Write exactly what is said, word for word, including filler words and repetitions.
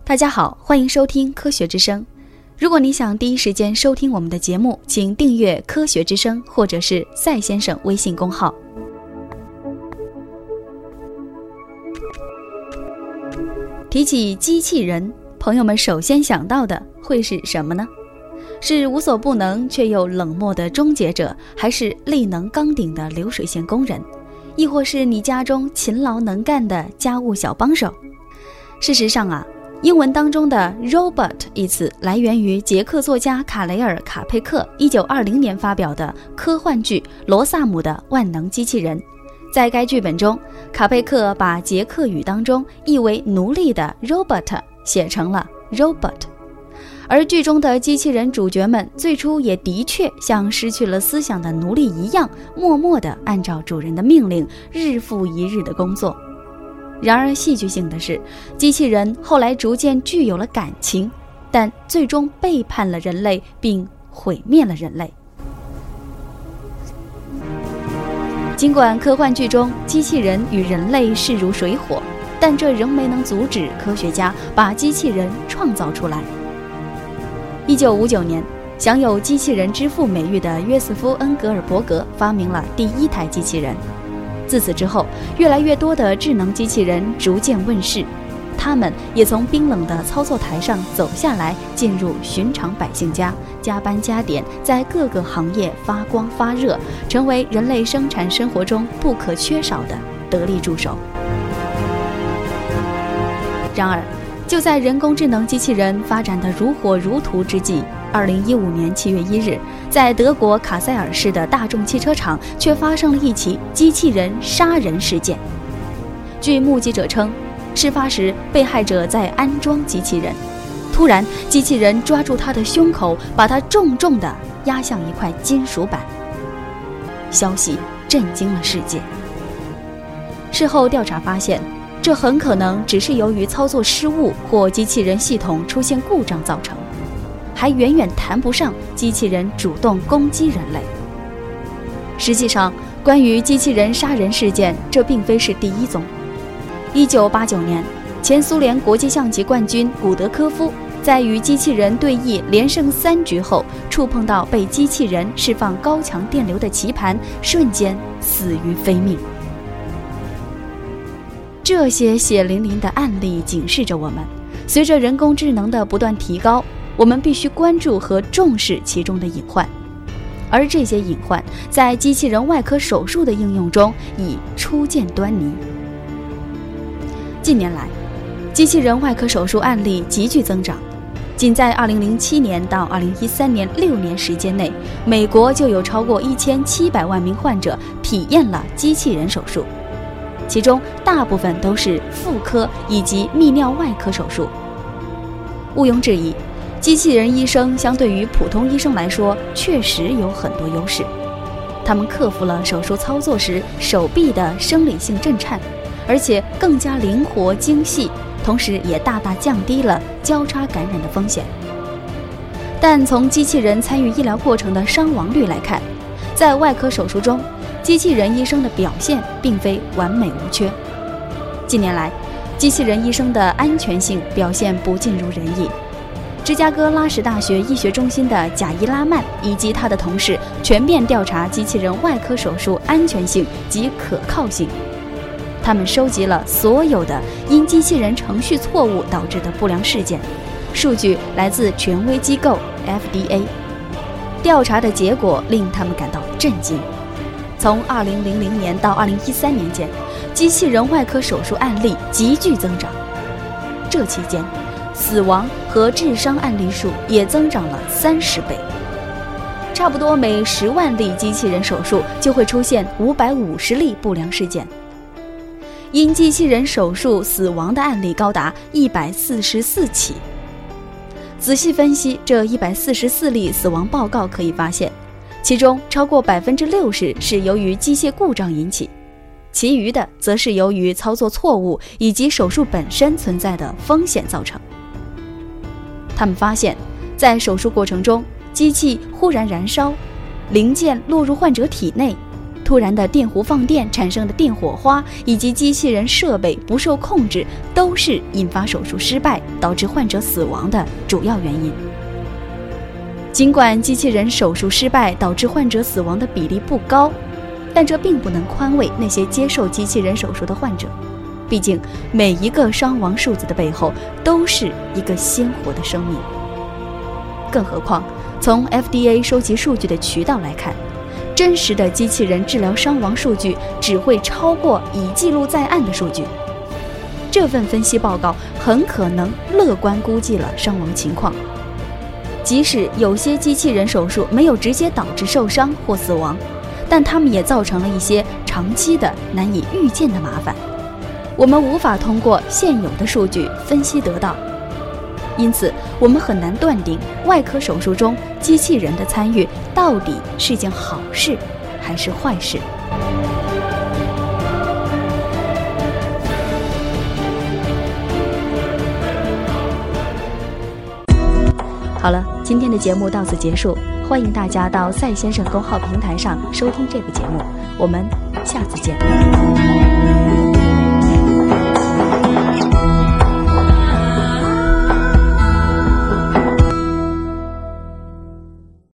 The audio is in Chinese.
大家好，欢迎收听科学之声。如果你想第一时间收听我们的节目，请订阅科学之声或者是赛先生微信公号。提起机器人，朋友们首先想到的会是什么呢？是无所不能却又冷漠的终结者，还是力能刚鼎的流水线工人，亦或是你家中勤劳能干的家务小帮手？事实上啊，英文当中的 robot 一词来源于捷克作家卡雷尔·卡佩克一九二零年发表的科幻剧《罗萨姆的万能机器人》。在该剧本中，卡佩克把捷克语当中译为奴隶的 robot 写成了 robot， 而剧中的机器人主角们最初也的确像失去了思想的奴隶一样，默默地按照主人的命令日复一日的工作。然而戏剧性的是，机器人后来逐渐具有了感情，但最终背叛了人类并毁灭了人类。尽管科幻剧中机器人与人类势如水火，但这仍没能阻止科学家把机器人创造出来。一九五九年，享有机器人之父美誉的约瑟夫·恩格尔伯格发明了第一台机器人。自此之后，越来越多的智能机器人逐渐问世，他们也从冰冷的操作台上走下来，进入寻常百姓家，加班加点，在各个行业发光发热，成为人类生产生活中不可缺少的得力助手。然而，就在人工智能机器人发展得如火如荼之际，二零一五年七月一日，在德国卡塞尔市的大众汽车厂却发生了一起机器人杀人事件。据目击者称，事发时被害者在安装机器人，突然机器人抓住他的胸口，把他重重地压向一块金属板。消息震惊了世界。事后调查发现，这很可能只是由于操作失误或机器人系统出现故障造成，还远远谈不上机器人主动攻击人类。实际上，关于机器人杀人事件，这并非是第一宗。一九八九年，前苏联国际象棋冠军古德科夫在与机器人对弈连胜三局后，触碰到被机器人释放高强电流的棋盘，瞬间死于非命。这些血淋淋的案例警示着我们，随着人工智能的不断提高，我们必须关注和重视其中的隐患，而这些隐患在机器人外科手术的应用中已初见端倪。近年来，机器人外科手术案例急剧增长，仅在二零零七年到二零一三年六年时间内，美国就有超过一千七百万名患者体验了机器人手术，其中大部分都是妇科以及泌尿外科手术。毋庸置疑，机器人医生相对于普通医生来说确实有很多优势，他们克服了手术操作时手臂的生理性震颤，而且更加灵活精细，同时也大大降低了交叉感染的风险。但从机器人参与医疗过程的伤亡率来看，在外科手术中，机器人医生的表现并非完美无缺。近年来，机器人医生的安全性表现不尽如人意。芝加哥拉什大学医学中心的贾伊拉曼以及他的同事全面调查机器人外科手术安全性及可靠性。他们收集了所有的因机器人程序错误导致的不良事件，数据来自权威机构 F D A。 调查的结果令他们感到震惊。从二零零零年到二零一三年间，机器人外科手术案例急剧增长，这期间死亡和致伤案例数也增长了三十倍，差不多每十万例机器人手术就会出现五百五十例不良事件。因机器人手术死亡的案例高达一百四十四起。仔细分析这一百四十四例死亡报告，可以发现，其中超过百分之六十是由于机械故障引起，其余的则是由于操作错误以及手术本身存在的风险造成。他们发现，在手术过程中，机器忽然燃烧，零件落入患者体内， 突然的电弧放电产生的电火花，以及机器人设备不受控制，都是引发手术失败导致患者死亡的主要原因。尽管机器人手术失败导致患者死亡的比例不高，但这并不能宽慰那些接受机器人手术的患者，毕竟每一个伤亡数字的背后都是一个鲜活的生命。更何况从 F D A 收集数据的渠道来看，真实的机器人治疗伤亡数据只会超过已记录在案的数据。这份分析报告很可能乐观估计了伤亡情况。即使有些机器人手术没有直接导致受伤或死亡，但它们也造成了一些长期的难以预见的麻烦，我们无法通过现有的数据分析得到。因此我们很难断定外科手术中机器人的参与到底是件好事还是坏事。好了，今天的节目到此结束，欢迎大家到赛先生公号平台上收听这个节目，我们下次见。